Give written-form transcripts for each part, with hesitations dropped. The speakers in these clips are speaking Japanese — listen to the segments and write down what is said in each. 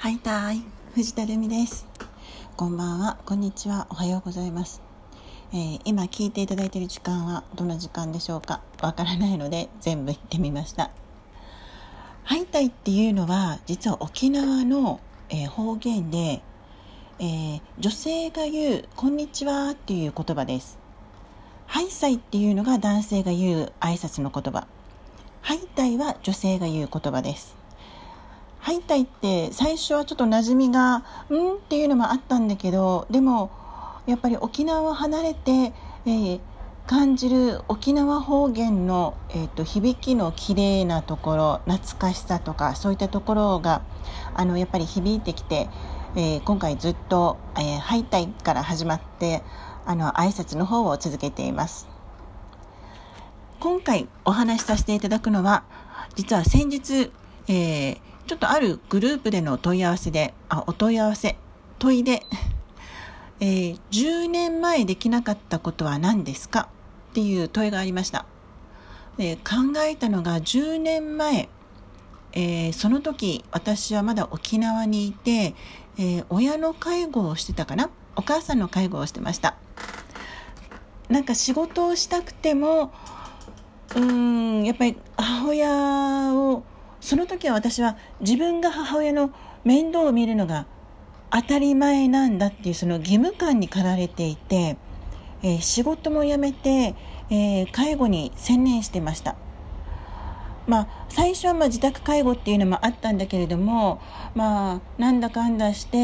はいたい、藤田留美です。こんばんは、こんにちは、おはようございます。今聞いていただいている時間はどの時間でしょうか。わからないので全部言ってみました。はいたいっていうのは実は沖縄の、方言で、女性が言うこんにちはっていう言葉です。はいさいっていうのが男性が言う挨拶の言葉。はいたいは女性が言う言葉です。はいたいって最初はちょっと馴染みがっていうのもあったんだけど、でもやっぱり沖縄を離れて、感じる沖縄方言の、響きの綺麗なところ、懐かしさとかそういったところがやっぱり響いてきて、今回ずっと、はいたいから始まって挨拶の方を続けています。今回お話しさせていただくのは、実は先日、ちょっとあるグループでのお問い合わせで、10年前できなかったことは何ですかっていう問いがありました。で、考えたのが10年前、その時私はまだ沖縄にいて、親の介護をしてたかな、お母さんの介護をしてました。なんか仕事をしたくてもやっぱり母親を、その時は私は自分が母親の面倒を見るのが当たり前なんだっていうその義務感に駆られていて、仕事も辞めて、介護に専念してました。最初は自宅介護っていうのもあったんだけれども、なんだかんだして、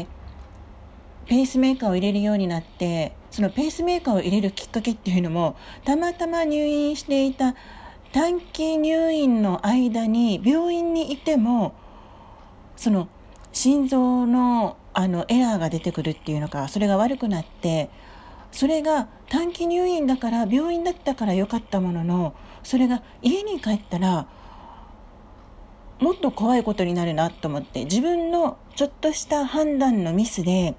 ペースメーカーを入れるようになって、そのペースメーカーを入れるきっかけっていうのも、たまたま入院していた短期入院の間に病院にいてもその心臓のエラーが出てくるっていうのか、それが悪くなって、それが短期入院だから病院だったから良かったものの、それが家に帰ったらもっと怖いことになるなと思って、自分のちょっとした判断のミスで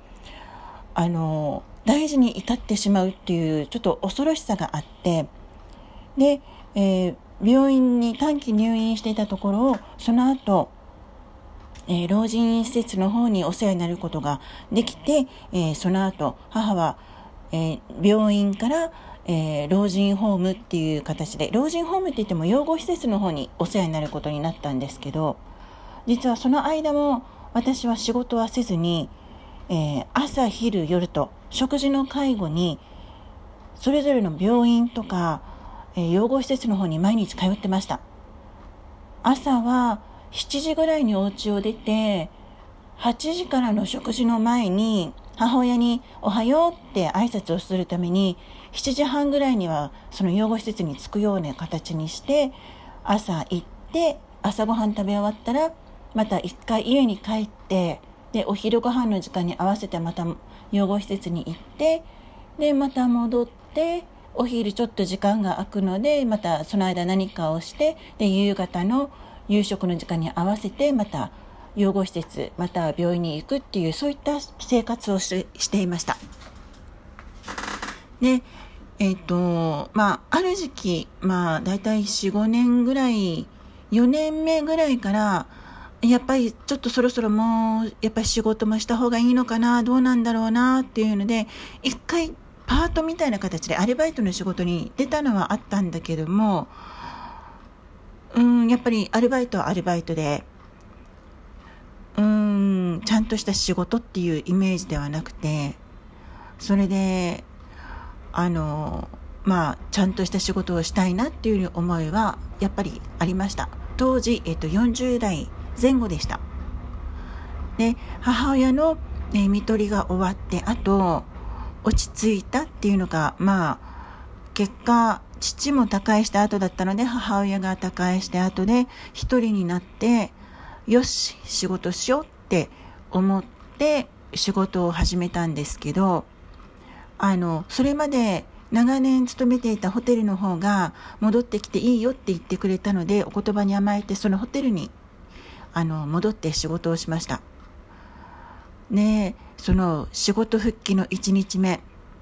大事に至ってしまうっていうちょっと恐ろしさがあって、で、病院に短期入院していたところを、その後、老人施設の方にお世話になることができて、その後母は、病院から、老人ホームっていう形で、老人ホームって言っても養護施設の方にお世話になることになったんですけど、実はその間も私は仕事はせずに、朝昼夜と食事の介護にそれぞれの病院とか、養護施設の方に毎日通ってました。朝は7時ぐらいにお家を出て、8時からの食事の前に母親におはようって挨拶をするために、7時半ぐらいにはその養護施設に着くような形にして、朝行って朝ごはん食べ終わったらまた一回家に帰って、でお昼ご飯の時間に合わせてまた養護施設に行って、でまた戻って、お昼ちょっと時間が空くのでまたその間何かをして、で夕方の夕食の時間に合わせてまた養護施設また病院に行くっていう、そういった生活をしていました。で、ある時期、だいたい 4,5 年ぐらい、4年目ぐらいからやっぱりちょっとそろそろもうやっぱり仕事もした方がいいのかな、どうなんだろうなっていうので、一回パートみたいな形でアルバイトの仕事に出たのはあったんだけども、やっぱりアルバイトはアルバイトでちゃんとした仕事っていうイメージではなくて、それでちゃんとした仕事をしたいなっていう思いはやっぱりありました。当時、40代前後でした。で、母親の、看取りが終わって、あと落ち着いたっていうのが、結果父も他界した後だったので、母親が他界して後で一人になって、よし仕事しようって思って仕事を始めたんですけど、それまで長年勤めていたホテルの方が戻ってきていいよって言ってくれたので、お言葉に甘えてそのホテルに戻って仕事をしました。で、その仕事復帰の1日目、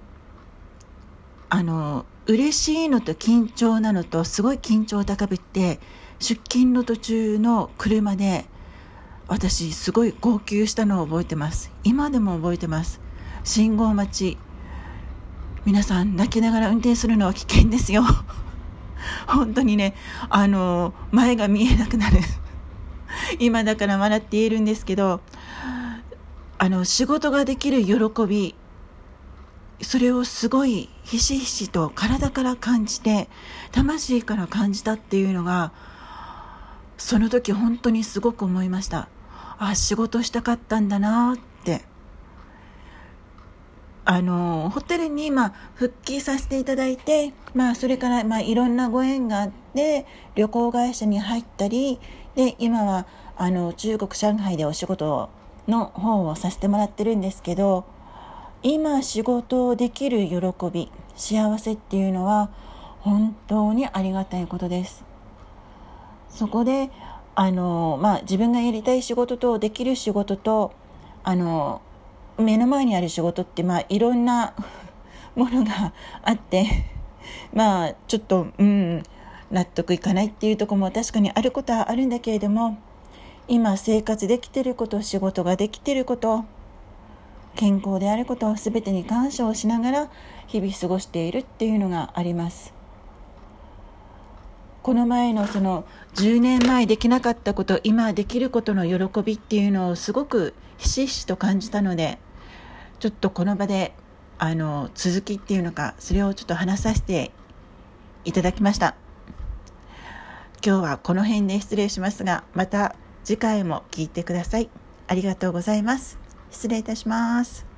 嬉しいのと緊張なのと、すごい緊張高ぶって、出勤の途中の車で私すごい号泣したのを覚えてます。今でも覚えてます。信号待ち、皆さん泣きながら運転するのは危険ですよ本当にね、前が見えなくなる今だから笑って言えるんですけど、仕事ができる喜び、それをすごいひしひしと体から感じて、魂から感じたっていうのが、その時本当にすごく思いました。仕事したかったんだなって。ホテルに今復帰させていただいて、それからいろんなご縁があって旅行会社に入ったりで、今は中国上海でお仕事の方をさせてもらってるんですけど、今仕事をできる喜び、幸せっていうのは本当にありがたいことです。そこで自分がやりたい仕事とできる仕事と目の前にある仕事っていろんなものがあってちょっと納得いかないっていうところも確かにあることはあるんだけれども、今生活できていること、仕事ができていること、健康であること、全てに感謝をしながら日々過ごしているっていうのがあります。この前のその10年前できなかったこと、今できることの喜びっていうのをすごくひしひしと感じたので、ちょっとこの場で続きっていうのか、それをちょっと話させていただきました。今日はこの辺で失礼しますが、また次回も聞いてください。ありがとうございます。失礼いたします。